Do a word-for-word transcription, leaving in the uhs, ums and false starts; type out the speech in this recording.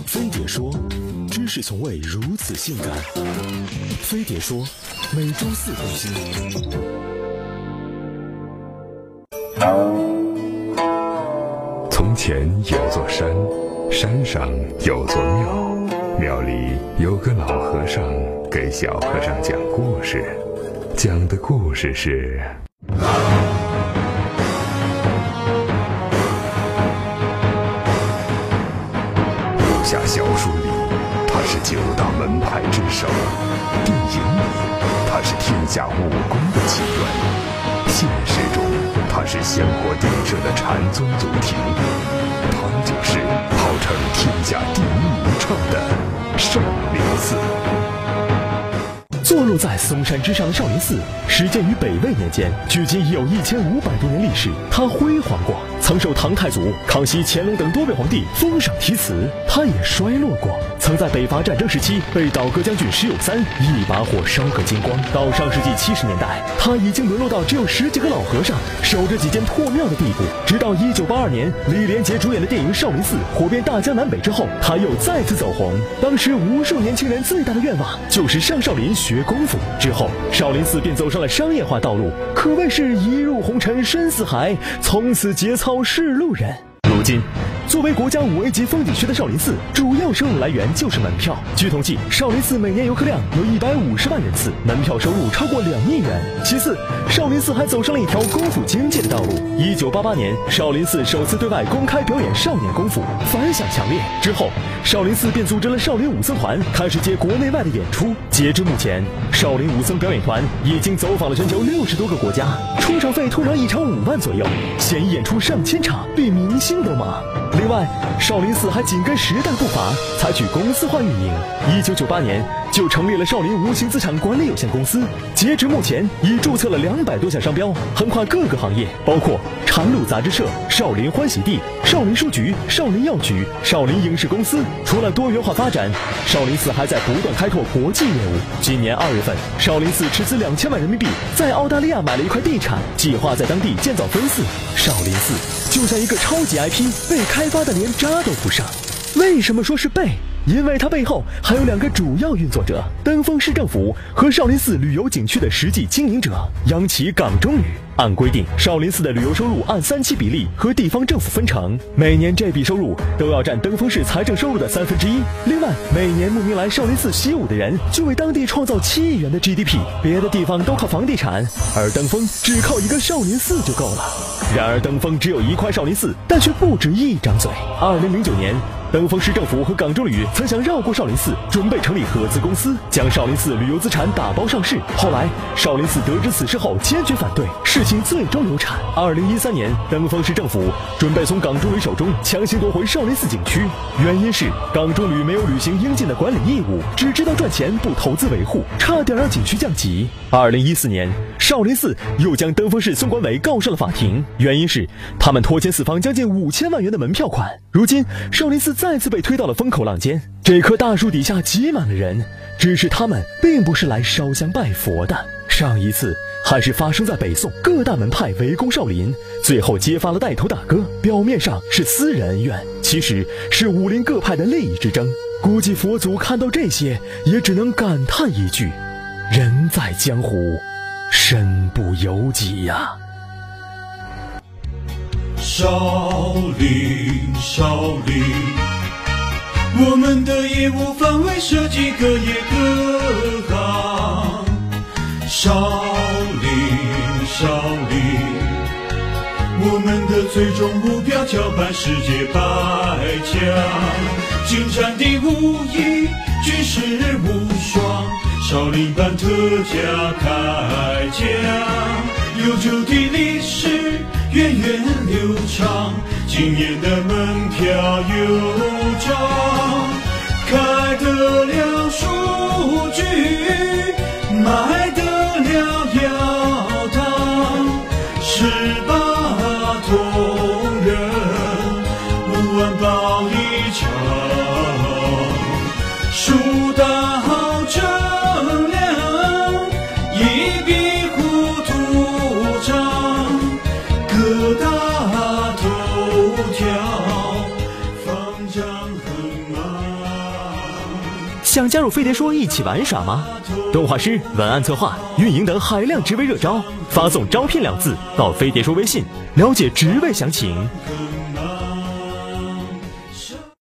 飞碟说，知识从未如此性感。飞碟说，每周四更新。 从前有座山，山上有座庙，庙里有个老和尚给小和尚讲故事，讲的故事是武侠小说里他是九大门派之首，电影里他是天下武功的起源，现实中他是香火鼎盛的禅宗祖庭，他就是号称天下第一名创的少林寺。 坐落在嵩山之上的少林寺，始建于北魏年间，距今已有一千五百多年历史。它辉煌过，曾受唐太祖、康熙、乾隆等多位皇帝封赏题词；它也衰落过，曾在北伐战争时期被倒戈将军石友三一把火烧个精光。到上世纪七十年代，它已经沦落到只有十几个老和尚守着几间破庙的地步。直到一九八二年，李连杰主演的电影《少林寺》火遍大江南北之后，他又再次走红。当时无数年轻人最大的愿望就是上少林学功夫。之后，少林寺便走上了商业化道路，可谓是一入红尘深似海，从此节操是路人。如今，作为国家五 A 级风景区的少林寺，主要收入来源就是门票。据统计，少林寺每年游客量有一百五十万人次，门票收入超过两亿元。其次，少林寺还走上了一条功夫经济的道路。一九八八年，少林寺首次对外公开表演少年功夫，反响强烈。之后，少林寺便组织了少林武僧团，开始接国内外的演出。截至目前，少林武僧表演团已经走访了全球六十多个国家，出场费通常一场五万左右，现已演出上千场，比明星都猛。另外，少林寺还紧跟时代步伐，采取公司化运营。一九九八年就成立了少林无形资产管理有限公司，截至目前已注册了两百多项商标，横跨各个行业，包括长路杂志社、少林欢喜地、少林书局、少林药局、少林影视公司。除了多元化发展，少林寺还在不断开拓国际业务。今年二月份，少林寺斥资两千万人民币在澳大利亚买了一块地产，计划在当地建造分寺。少林寺就像一个超级 I P， 被开发的连渣都不上。为什么说是被？因为它背后还有两个主要运作者：登封市政府和少林寺旅游景区的实际经营者央企港中旅。按规定，少林寺的旅游收入按三七比例和地方政府分成，每年这笔收入都要占登封市财政收入的三分之一。另外，每年慕名来少林寺习武的人就为当地创造七亿元的 G D P。别的地方都靠房地产，而登封只靠一个少林寺就够了。然而，登封只有一块少林寺，但却不止一张嘴。二零零九年，登封市政府和港中旅曾想绕过少林寺，准备成立合资公司，将少林寺旅游资产打包上市。后来，少林寺得知此事后坚决反对，事情最终流产。二零一三年，登封市政府准备从港中旅手中强行夺回少林寺景区，原因是港中旅没有履行应尽的管理义务，只知道赚钱不投资维护，差点让景区降级。二零一四年，少林寺又将登封市松管委告上了法庭，原因是他们拖欠寺方将近五千万元的门票款。如今，少林寺再次被推到了风口浪尖，这棵大树底下挤满了人，只是他们并不是来烧香拜佛的。上一次还是发生在北宋，各大门派围攻少林，最后揭发了带头大哥，表面上是私人恩怨，其实是武林各派的利益之争。估计佛祖看到这些，也只能感叹一句：人在江湖，身不由己呀。 少林，少林，我们的业务范围涉及各业各行。少林，少林，我们的最终目标叫办世界百强。精湛的武艺，举世无双，少林版特价开讲，悠久的历史源远流长，今年的门票有涨，开得了书局，买得了药堂，十八铜人，五万报一场，书到正量，一笔糊涂账，各大头条，方丈很忙。 想加入飞碟说一起玩耍吗？动画师、文案策划、运营等海量职位热招，发送招聘两字到飞碟说微信，了解职位详情。